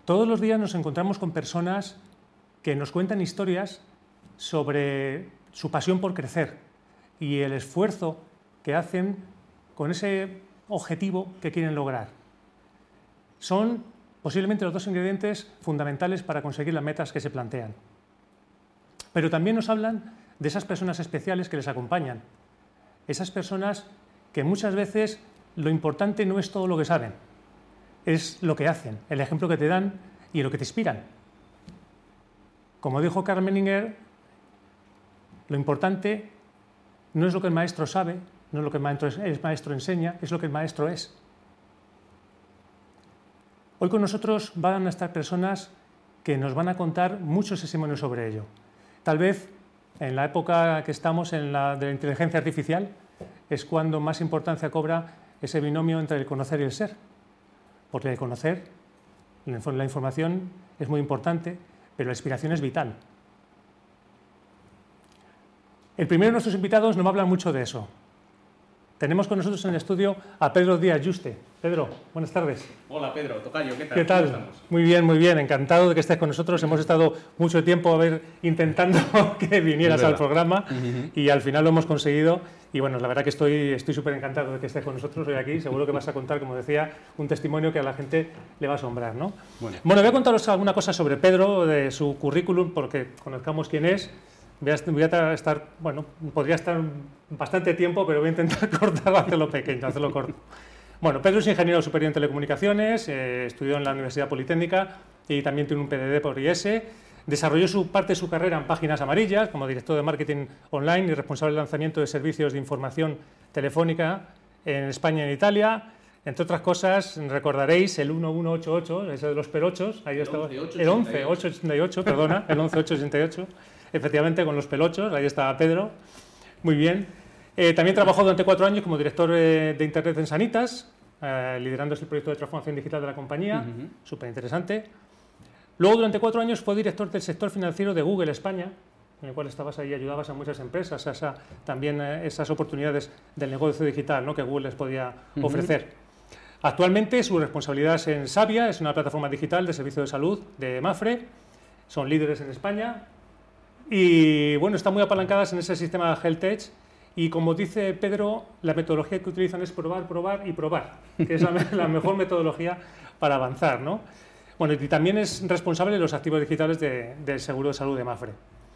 Todos los días nos encontramos con personas que nos cuentan historias sobre su pasión por crecer y el esfuerzo que hacen con ese objetivo que quieren lograr. Son posiblemente los dos ingredientes fundamentales para conseguir las metas que se plantean. Pero también nos hablan de esas personas especiales que les acompañan, esas personas que muchas veces lo importante no es todo lo que saben, es lo que hacen, el ejemplo que te dan y lo que te inspiran. Como dijo Karl Menninger, lo importante no es lo que el maestro sabe, no es lo que el maestro enseña, es lo que el maestro es. Hoy con nosotros van a estar personas que nos van a contar muchos testimonios sobre ello. Tal vez en la época que estamos de la inteligencia artificial es cuando más importancia cobra ese binomio entre el conocer y el ser. Porque el conocer, la información es muy importante, pero la inspiración es vital. El primero de nuestros invitados nos va a hablar mucho de eso. Tenemos con nosotros en el estudio a Pedro Díaz Yuste. Pedro, buenas tardes. Hola Pedro, tocayo, ¿qué tal? ¿Qué tal? Muy bien, encantado de que estés con nosotros. Hemos estado mucho tiempo intentando que vinieras al programa y al final lo hemos conseguido. Y bueno, la verdad que estoy súper encantado de que estés con nosotros hoy aquí. Seguro que vas a contar, como decía, un testimonio que a la gente le va a asombrar, ¿no? Bueno, voy a contaros alguna cosa sobre Pedro, de su currículum, porque conozcamos quién es. Podría estar bastante tiempo, pero voy a intentar cortarlo, hacerlo pequeño, hacerlo corto. Bueno, Pedro es ingeniero superior en telecomunicaciones, estudió en la Universidad Politécnica y también tiene un PhD por IES. Desarrolló parte de su carrera en Páginas Amarillas como director de marketing online y responsable del lanzamiento de servicios de información telefónica en España y en Italia. Entre otras cosas, recordaréis el 1188, ese de los pelochos, ahí estaba, el 11888, perdona, el 11888. Efectivamente, con los pelochos, ahí está Pedro. Muy bien. También trabajó durante 4 años como director de Internet en Sanitas, liderando el proyecto de transformación digital de la compañía, súper interesante. Luego, durante 4 años, fue director del sector financiero de Google España, en el cual estabas ahí y ayudabas a muchas empresas, también esas oportunidades del negocio digital, ¿no?, que Google les podía ofrecer. Actualmente, su responsabilidad es en Savia, es una plataforma digital de servicio de salud de Mapfre. Son líderes en España. Y bueno, están muy apalancadas en ese sistema de HealthTech y como dice Pedro, la metodología que utilizan es probar, probar y probar, que es la mejor metodología para avanzar, ¿no? Bueno, y también es responsable de los activos digitales del seguro de salud de Mapfre.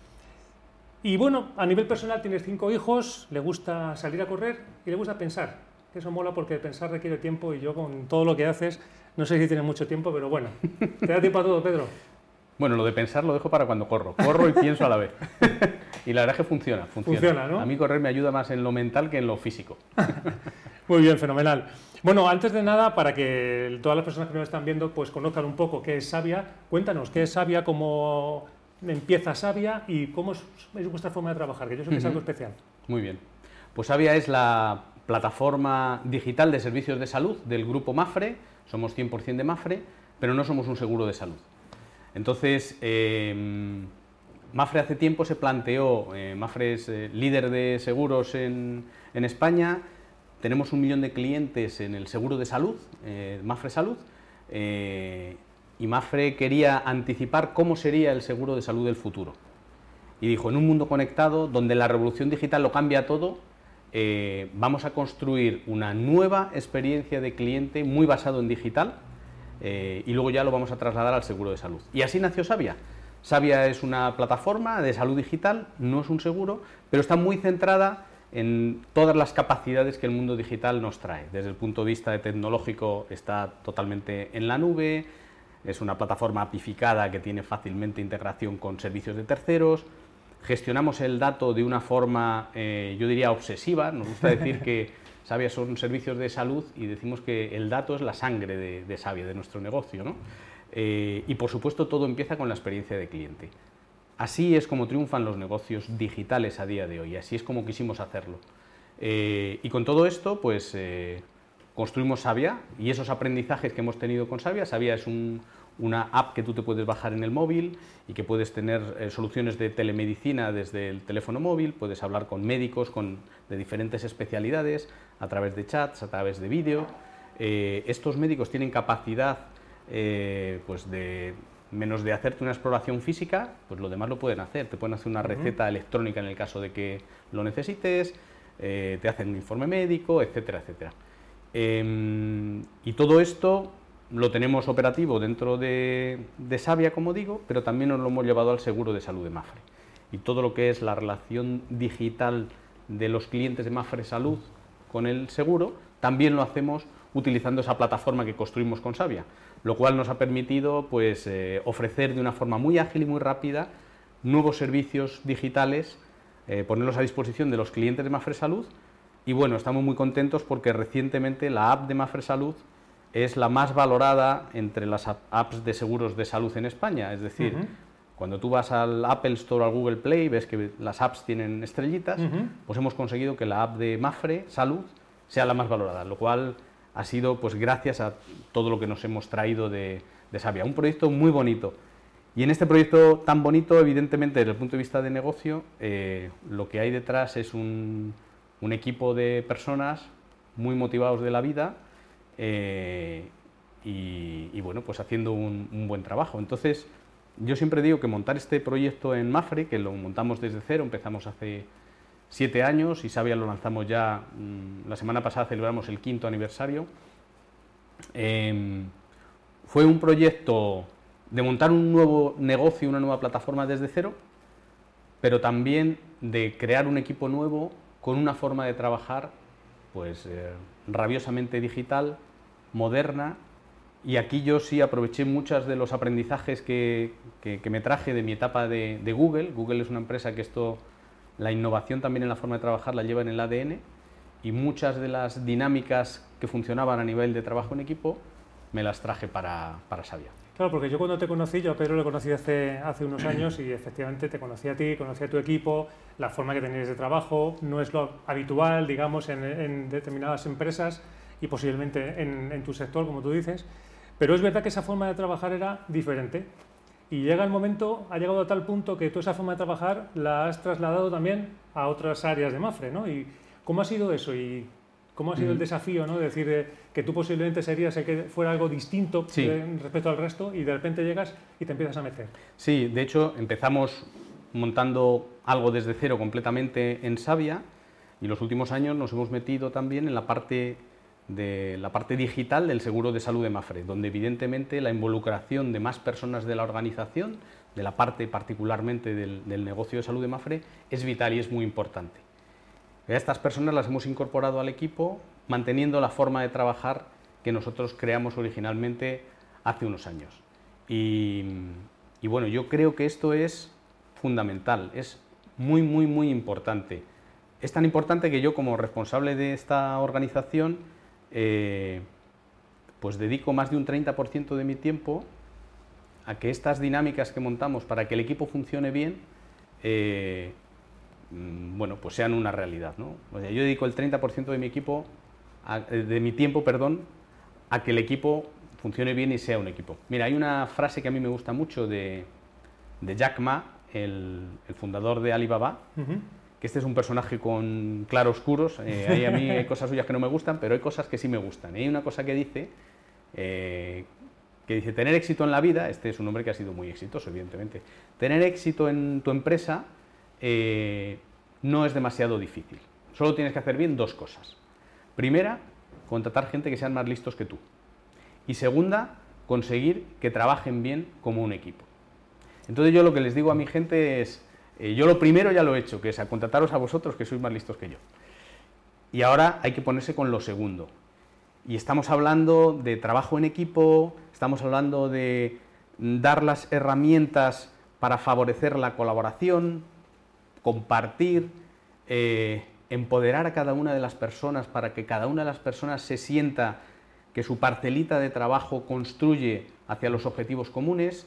Y bueno, a nivel personal tiene 5 hijos, le gusta salir a correr y le gusta pensar. Eso mola porque pensar requiere tiempo y yo con todo lo que haces, no sé si tienes mucho tiempo, pero bueno, ¿te da tiempo a todo, Pedro? Bueno, lo de pensar lo dejo para cuando corro. Corro y pienso a la vez. Y la verdad es que funciona. Funciona, ¿no? A mí correr me ayuda más en lo mental que en lo físico. Muy bien, fenomenal. Bueno, antes de nada, para que todas las personas que nos están viendo pues conozcan un poco qué es Savia, cuéntanos, ¿qué es Savia, cómo empieza Savia y cómo es vuestra forma de trabajar? Que yo sé que es algo especial. Muy bien. Pues Savia es la plataforma digital de servicios de salud del grupo Mapfre. Somos 100% de Mapfre, pero no somos un seguro de salud. Entonces, Mapfre hace tiempo se planteó, Mapfre es líder de seguros en España, tenemos 1 millón de clientes en el seguro de salud, Mapfre Salud, y Mapfre quería anticipar cómo sería el seguro de salud del futuro. Y dijo, en un mundo conectado, donde la revolución digital lo cambia todo, vamos a construir una nueva experiencia de cliente muy basado en digital, y luego ya lo vamos a trasladar al seguro de salud. Y así nació Savia. Savia es una plataforma de salud digital, no es un seguro, pero está muy centrada en todas las capacidades que el mundo digital nos trae. Desde el punto de vista tecnológico está totalmente en la nube, es una plataforma apificada que tiene fácilmente integración con servicios de terceros, gestionamos el dato de una forma, yo diría, obsesiva. Nos gusta decir que Savia son servicios de salud y decimos que el dato es la sangre de Savia, de nuestro negocio, ¿no? Y por supuesto todo empieza con la experiencia de cliente. Así es como triunfan los negocios digitales a día de hoy, así es como quisimos hacerlo. Y con todo esto, pues construimos Savia y esos aprendizajes que hemos tenido con Savia. Savia es una app que tú te puedes bajar en el móvil y que puedes tener soluciones de telemedicina desde el teléfono móvil, puedes hablar con médicos de diferentes especialidades a través de chats, a través de vídeo. Estos médicos tienen capacidad pues de menos de hacerte una exploración física, pues lo demás lo pueden hacer. Te pueden hacer una receta electrónica en el caso de que lo necesites, te hacen un informe médico, etcétera, etcétera. Y todo esto lo tenemos operativo dentro de Savia, como digo, pero también nos lo hemos llevado al seguro de salud de Mapfre. Y todo lo que es la relación digital de los clientes de Mapfre Salud con el seguro, también lo hacemos utilizando esa plataforma que construimos con Savia, lo cual nos ha permitido pues, ofrecer de una forma muy ágil y muy rápida nuevos servicios digitales, ponerlos a disposición de los clientes de Mapfre Salud. Y bueno, estamos muy contentos porque recientemente la app de Mapfre Salud es la más valorada entre las apps de seguros de salud en España. Es decir, cuando tú vas al Apple Store o al Google Play, ves que las apps tienen estrellitas, pues hemos conseguido que la app de Mapfre Salud sea la más valorada, lo cual ha sido pues gracias a todo lo que nos hemos traído de Savia. Un proyecto muy bonito. Y en este proyecto tan bonito, evidentemente, desde el punto de vista de negocio, lo que hay detrás es un equipo de personas muy motivados de la vida y bueno, pues haciendo un buen trabajo. Entonces, yo siempre digo que montar este proyecto en Mapfre, que lo montamos desde cero, empezamos hace 7 años y Savia lo lanzamos ya, la semana pasada celebramos el 5º aniversario. Fue un proyecto de montar un nuevo negocio, una nueva plataforma desde cero, pero también de crear un equipo nuevo con una forma de trabajar pues rabiosamente digital, moderna, y aquí yo sí aproveché muchos de los aprendizajes que me traje de mi etapa de Google. Google es una empresa que la innovación también en la forma de trabajar la lleva en el ADN, y muchas de las dinámicas que funcionaban a nivel de trabajo en equipo me las traje para Savia. Claro, porque yo cuando te conocí, yo a Pedro le conocí hace unos años y efectivamente te conocí a ti, conocí a tu equipo, la forma que teníais de trabajo, no es lo habitual, digamos, en determinadas empresas y posiblemente en tu sector, como tú dices, pero es verdad que esa forma de trabajar era diferente. Y llega el momento, ha llegado a tal punto que tú esa forma de trabajar la has trasladado también a otras áreas de Mapfre, ¿no? ¿Y cómo ha sido eso? ¿Y cómo ha sido el desafío, ¿no? De decir que tú posiblemente serías el que fuera algo distinto respecto al resto y de repente llegas y te empiezas a meter? Sí, de hecho empezamos montando algo desde cero completamente en Savia y los últimos años nos hemos metido también en la parte digital del seguro de salud de Mapfre, donde evidentemente la involucración de más personas de la organización, de la parte particularmente del negocio de salud de Mapfre, es vital y es muy importante. A estas personas las hemos incorporado al equipo, manteniendo la forma de trabajar que nosotros creamos originalmente hace unos años. Y bueno, yo creo que esto es fundamental, es muy, muy, muy importante. Es tan importante que yo, como responsable de esta organización, pues dedico más de un 30% de mi tiempo a que estas dinámicas que montamos para que el equipo funcione bien, bueno, pues sean una realidad, ¿no? O sea, yo dedico el 30% de mi tiempo, a que el equipo funcione bien y sea un equipo. Mira, hay una frase que a mí me gusta mucho de Jack Ma, el fundador de Alibaba, que este es un personaje con claroscuros. A mí hay cosas suyas que no me gustan, pero hay cosas que sí me gustan. Y hay una cosa que dice, tener éxito en la vida, este es un hombre que ha sido muy exitoso, evidentemente, tener éxito en tu empresa no es demasiado difícil. Solo tienes que hacer bien 2 cosas. Primera, contratar gente que sean más listos que tú. Y segunda, conseguir que trabajen bien como un equipo. Entonces yo lo que les digo a mi gente es, yo lo primero ya lo he hecho, que es a contrataros a vosotros que sois más listos que yo. Y ahora hay que ponerse con lo segundo. Y estamos hablando de trabajo en equipo, estamos hablando de dar las herramientas para favorecer la colaboración, compartir, empoderar a cada una de las personas para que cada una de las personas se sienta que su parcelita de trabajo construye hacia los objetivos comunes,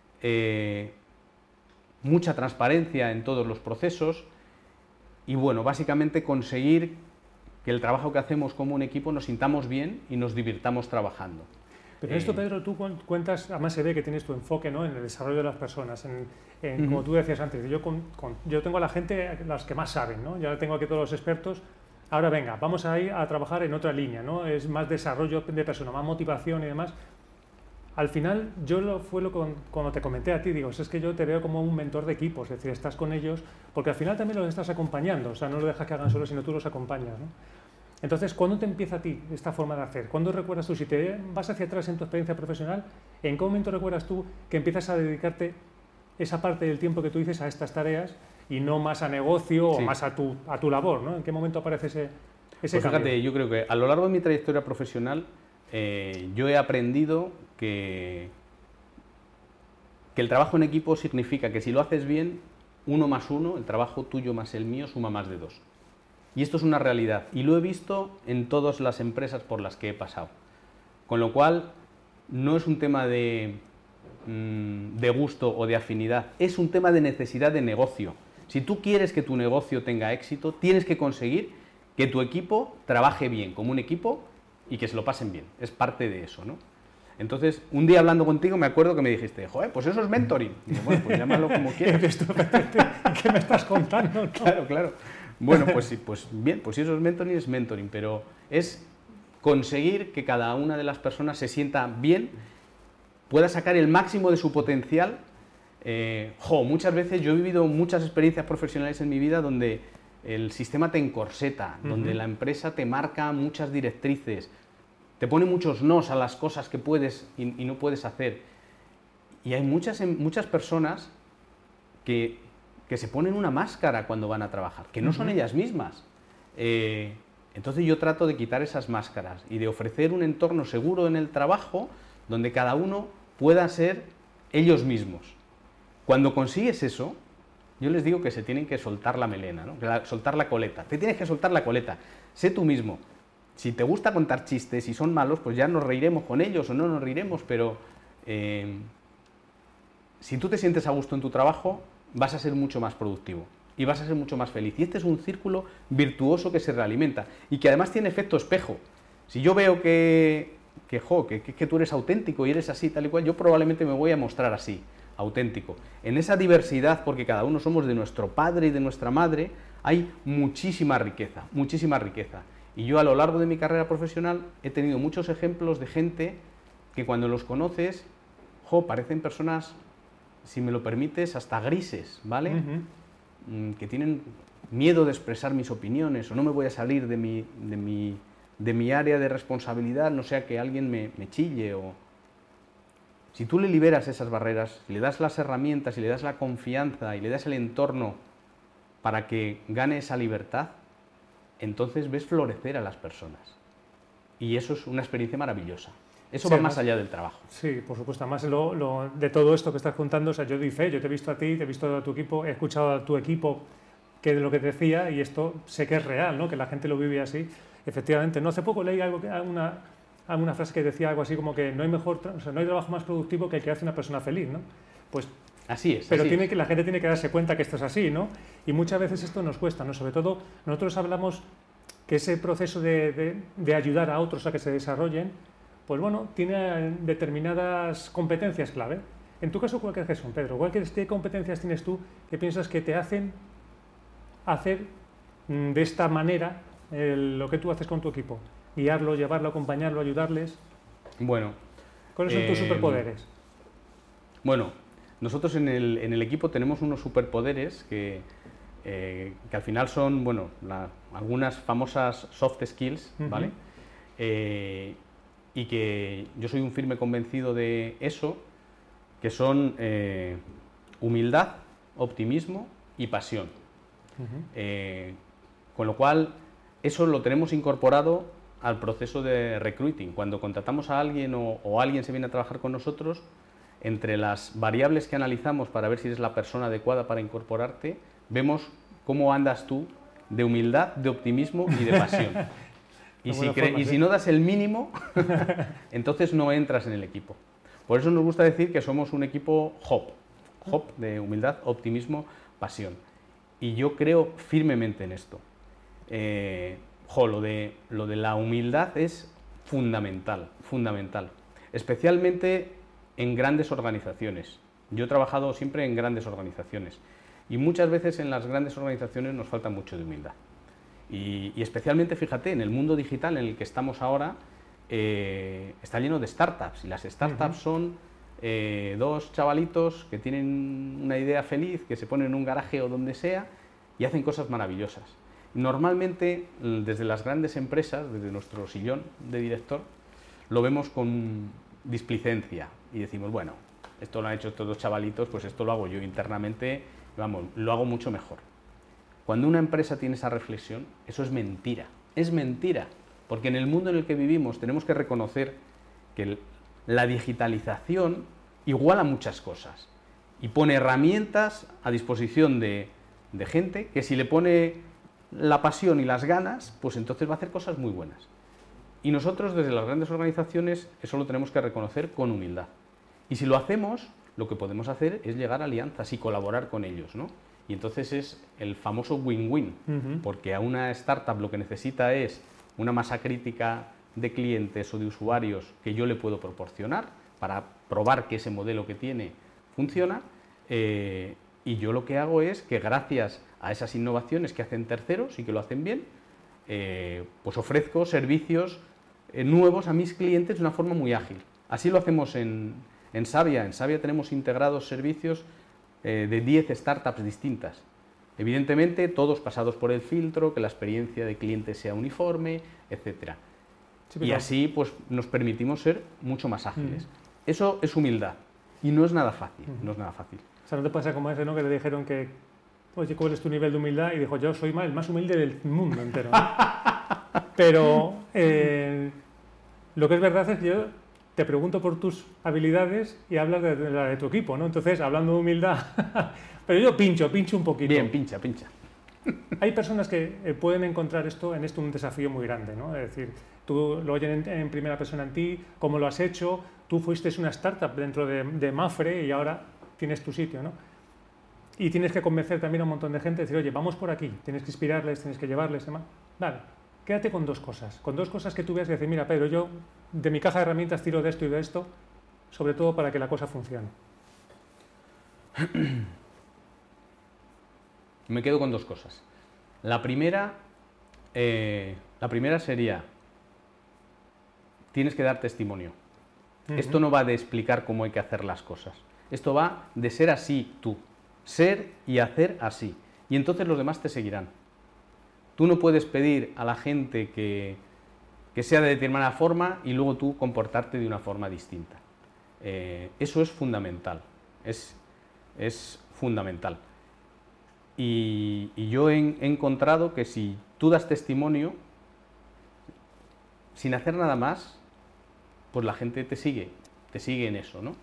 mucha transparencia en todos los procesos y, bueno, básicamente conseguir que el trabajo que hacemos como un equipo nos sintamos bien y nos divirtamos trabajando. Pero esto, Pedro, tú cuentas, además se ve que tienes tu enfoque, ¿no?, en el desarrollo de las personas, como tú decías antes, yo tengo a la gente, las que más saben, ¿no? Ya tengo aquí todos los expertos, ahora venga, vamos a ir a trabajar en otra línea, ¿no? Es más desarrollo de persona, más motivación y demás. al final, cuando te comenté a ti, digo, es que yo te veo como un mentor de equipos, es decir, estás con ellos, porque al final también los estás acompañando, o sea, no lo dejas que hagan solo, sino tú los acompañas, ¿no? Entonces, ¿cuándo te empieza a ti esta forma de hacer? ¿Cuándo recuerdas tú, si te vas hacia atrás en tu experiencia profesional, en qué momento recuerdas tú que empiezas a dedicarte esa parte del tiempo que tú dices a estas tareas y no más a negocio o más a tu labor, ¿no? ¿En qué momento aparece ese Pues cambio? fíjate, yo creo que a lo largo de mi trayectoria profesional yo he aprendido que el trabajo en equipo significa que si lo haces bien, 1 más 1, el trabajo tuyo más el mío, suma más de 2. Y esto es una realidad, y lo he visto en todas las empresas por las que he pasado. Con lo cual, no es un tema de gusto o de afinidad, es un tema de necesidad de negocio. Si tú quieres que tu negocio tenga éxito, tienes que conseguir que tu equipo trabaje bien, como un equipo, y que se lo pasen bien. Es parte de eso, ¿no? Entonces, un día hablando contigo me acuerdo que me dijiste, joder, pues eso es mentoring. Y digo, bueno, pues llámalo como quieras. ¿Qué me estás contando? ¿No? Claro, claro. Bueno, pues sí, pues bien, pues si eso es mentoring, pero es conseguir que cada una de las personas se sienta bien, pueda sacar el máximo de su potencial. Muchas veces yo he vivido muchas experiencias profesionales en mi vida donde el sistema te encorseta, donde la empresa te marca muchas directrices, te pone muchos nos a las cosas que puedes y no puedes hacer. Y hay muchas personas que se ponen una máscara cuando van a trabajar, que no son ellas mismas. Entonces yo trato de quitar esas máscaras y de ofrecer un entorno seguro en el trabajo donde cada uno pueda ser ellos mismos. Cuando consigues eso, yo les digo que se tienen que soltar la melena, ¿no? Soltar la coleta. Te tienes que soltar la coleta. Sé tú mismo. Si te gusta contar chistes y son malos, pues ya nos reiremos con ellos o no nos reiremos, pero si tú te sientes a gusto en tu trabajo, vas a ser mucho más productivo y vas a ser mucho más feliz. Y este es un círculo virtuoso que se realimenta y que además tiene efecto espejo. Si yo veo que tú eres auténtico y eres así, tal y cual, yo probablemente me voy a mostrar así, auténtico. En esa diversidad, porque cada uno somos de nuestro padre y de nuestra madre, hay muchísima riqueza, muchísima riqueza. Y yo a lo largo de mi carrera profesional he tenido muchos ejemplos de gente que cuando los conoces, parecen personas, si me lo permites, hasta grises, ¿vale? Que tienen miedo de expresar mis opiniones o no me voy a salir de mi área de responsabilidad, no sea que alguien me chille o... Si tú le liberas esas barreras, si le das las herramientas, si le das la confianza y le das el entorno para que gane esa libertad, entonces ves florecer a las personas. Y eso es una experiencia maravillosa. Eso va más allá del trabajo. Sí, por supuesto. Además, de todo esto que estás contando, o sea, yo doy fe, yo te he visto a ti, te he visto a tu equipo, he escuchado a tu equipo que de lo que te decía y esto sé que es real, ¿no? Que la gente lo vive así. Efectivamente, no hace poco leí alguna frase que decía algo así como que no hay trabajo más productivo que el que hace una persona feliz, ¿no? Pues así es. Pero la gente tiene que darse cuenta que esto es así, ¿no? Y muchas veces esto nos cuesta, ¿no? Sobre todo, nosotros hablamos que ese proceso de ayudar a otros a que se desarrollen, pues bueno, tiene determinadas competencias clave. En tu caso, ¿cuáles son, Pedro? ¿Qué competencias tienes tú que piensas que te hacen hacer de esta manera lo que tú haces con tu equipo? Guiarlo, llevarlo, acompañarlo, ayudarles. Bueno. ¿Cuáles son tus superpoderes? Bueno, nosotros en el equipo tenemos unos superpoderes que al final son, bueno, algunas famosas soft skills, ¿vale? Y que yo soy un firme convencido de eso, que son humildad, optimismo y pasión. Con lo cual, eso lo tenemos incorporado al proceso de recruiting. Cuando contratamos a alguien o alguien se viene a trabajar con nosotros, entre las variables que analizamos para ver si eres la persona adecuada para incorporarte, vemos cómo andas tú de humildad, de optimismo y de pasión. Y si no das el mínimo, entonces no entras en el equipo. Por eso nos gusta decir que somos un equipo HOP, de humildad, optimismo, pasión. Y yo creo firmemente en esto. Lo de la humildad es fundamental, especialmente en grandes organizaciones. Yo he trabajado siempre en grandes organizaciones y muchas veces en las grandes organizaciones nos falta mucho de humildad. Y especialmente, fíjate, en el mundo digital en el que estamos ahora, está lleno de startups, y las startups son dos chavalitos que tienen una idea feliz, que se ponen en un garaje o donde sea y hacen cosas maravillosas. Normalmente, desde las grandes empresas, desde nuestro sillón de director, lo vemos con displicencia y decimos, bueno, esto lo han hecho estos dos chavalitos, pues esto lo hago yo internamente, vamos, lo hago mucho mejor. Cuando una empresa tiene esa reflexión, eso es mentira, porque en el mundo en el que vivimos tenemos que reconocer que la digitalización iguala muchas cosas y pone herramientas a disposición de gente que si le pone la pasión y las ganas, pues entonces va a hacer cosas muy buenas. Y nosotros desde las grandes organizaciones eso lo tenemos que reconocer con humildad. Y si lo hacemos, lo que podemos hacer es llegar a alianzas y colaborar con ellos, ¿no? Y entonces es el famoso win-win, porque a una startup lo que necesita es una masa crítica de clientes o de usuarios que yo le puedo proporcionar para probar que ese modelo que tiene funciona, y yo lo que hago es que gracias a esas innovaciones que hacen terceros y que lo hacen bien, pues ofrezco servicios nuevos a mis clientes de una forma muy ágil. Así lo hacemos en Savia. En Savia tenemos integrados servicios de 10 startups distintas. Evidentemente, todos pasados por el filtro, que la experiencia de cliente sea uniforme, etc. Sí, y así pues, nos permitimos ser mucho más ágiles. Eso es humildad y no es nada fácil. No es nada fácil. O sea, no te pasa como ese, ¿no? Que le dijeron que, oye, ¿cuál es tu nivel de humildad? Y dijo, yo soy el más humilde del mundo entero, ¿no? Pero lo que es verdad es que yo te pregunto por tus habilidades y hablas de la de tu equipo, ¿no? Entonces, hablando de humildad, pero yo pincho un poquito. Bien, pincha. Hay personas que pueden encontrar en esto un desafío muy grande, ¿no? Es decir, tú lo oyen en primera persona en ti, cómo lo has hecho, tú fuiste una startup dentro de Mapfre y ahora tienes tu sitio, ¿no? Y tienes que convencer también a un montón de gente, decir, oye, vamos por aquí, tienes que inspirarles, tienes que llevarles, demás. Vale, quédate con dos cosas que tú veas y decir, mira, Pedro, yo de mi caja de herramientas tiro de esto y de esto, sobre todo para que la cosa funcione. Me quedo con dos cosas. La primera sería, tienes que dar testimonio. Esto no va de explicar cómo hay que hacer las cosas. Esto va de ser así tú, ser y hacer así. Y entonces los demás te seguirán. Tú no puedes pedir a la gente que sea de determinada forma y luego tú comportarte de una forma distinta. Eso es fundamental. Es fundamental. Y yo he encontrado que si tú das testimonio, sin hacer nada más, pues la gente te sigue en eso, ¿no?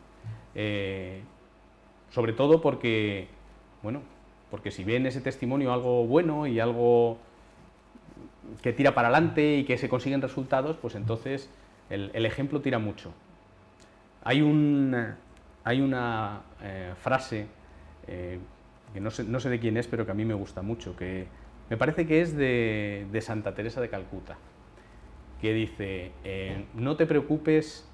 Sobre todo porque si ven ese testimonio algo bueno y algo que tira para adelante y que se consiguen resultados, pues entonces el ejemplo tira mucho. Hay una frase que no sé de quién es, pero que a mí me gusta mucho, que me parece que es de Santa Teresa de Calcuta, que dice, no te preocupes,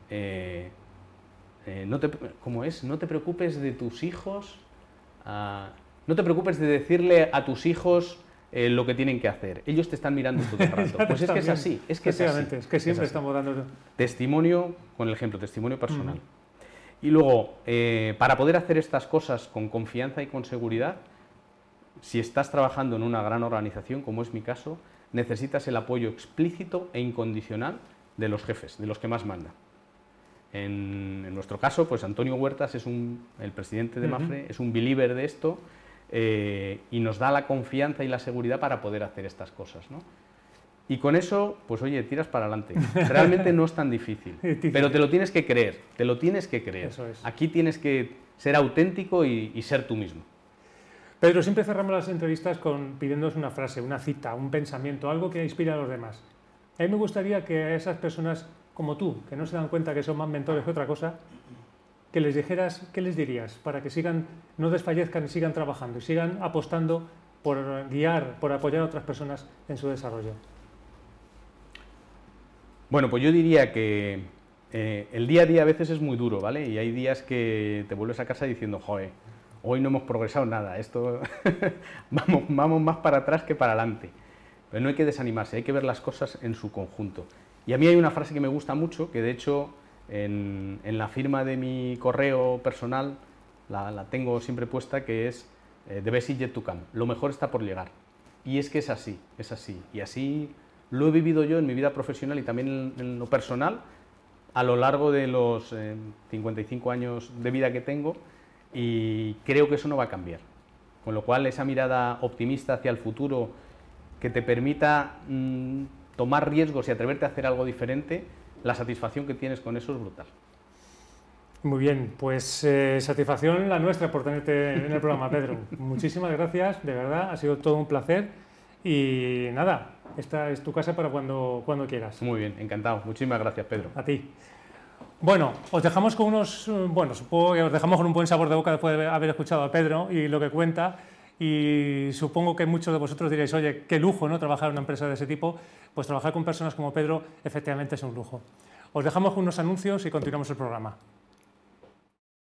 ¿cómo es? No te preocupes de tus hijos, no te preocupes de decirle a tus hijos lo que tienen que hacer. Ellos te están mirando todo el rato. Pues es que es así, es que siempre estamos dando testimonio con el ejemplo, testimonio personal. Y luego, para poder hacer estas cosas con confianza y con seguridad, si estás trabajando en una gran organización, como es mi caso, necesitas el apoyo explícito e incondicional de los jefes, de los que más mandan. En nuestro caso, pues Antonio Huertas es el presidente de Mapfre, es un believer de esto y nos da la confianza y la seguridad para poder hacer estas cosas, ¿no? Y con eso, pues oye, tiras para adelante. Realmente no es tan difícil, pero te lo tienes que creer, Eso es. Aquí tienes que ser auténtico y ser tú mismo. Pedro, siempre cerramos las entrevistas pidiéndonos una frase, una cita, un pensamiento, algo que inspire a los demás. A mí me gustaría que a esas personas como tú, que no se dan cuenta que son más mentores que otra cosa, que les dijeras, ¿qué les dirías? Para que no desfallezcan y sigan trabajando y sigan apostando por guiar, por apoyar a otras personas en su desarrollo. Bueno, pues yo diría que el día a día a veces es muy duro, ¿vale? Y hay días que te vuelves a casa diciendo, joder, hoy no hemos progresado nada, esto vamos más para atrás que para adelante. Pero no hay que desanimarse, hay que ver las cosas en su conjunto. Y a mí hay una frase que me gusta mucho, que de hecho en la firma de mi correo personal la tengo siempre puesta, que es the best is yet to come, lo mejor está por llegar. Y es que es así, y así lo he vivido yo en mi vida profesional y también en lo personal a lo largo de los 55 años de vida que tengo, y creo que eso no va a cambiar. Con lo cual, esa mirada optimista hacia el futuro que te permita tomar riesgos y atreverte a hacer algo diferente, la satisfacción que tienes con eso es brutal. Muy bien, pues satisfacción la nuestra por tenerte en el programa, Pedro. Muchísimas gracias, de verdad, ha sido todo un placer y nada, esta es tu casa para cuando quieras. Muy bien, encantado. Muchísimas gracias, Pedro. A ti. Bueno, os dejamos con supongo que os dejamos con un buen sabor de boca después de haber escuchado a Pedro y lo que cuenta, y supongo que muchos de vosotros diréis, oye, qué lujo, ¿no?, trabajar en una empresa de ese tipo. Pues trabajar con personas como Pedro efectivamente es un lujo. Os dejamos con unos anuncios y continuamos el programa.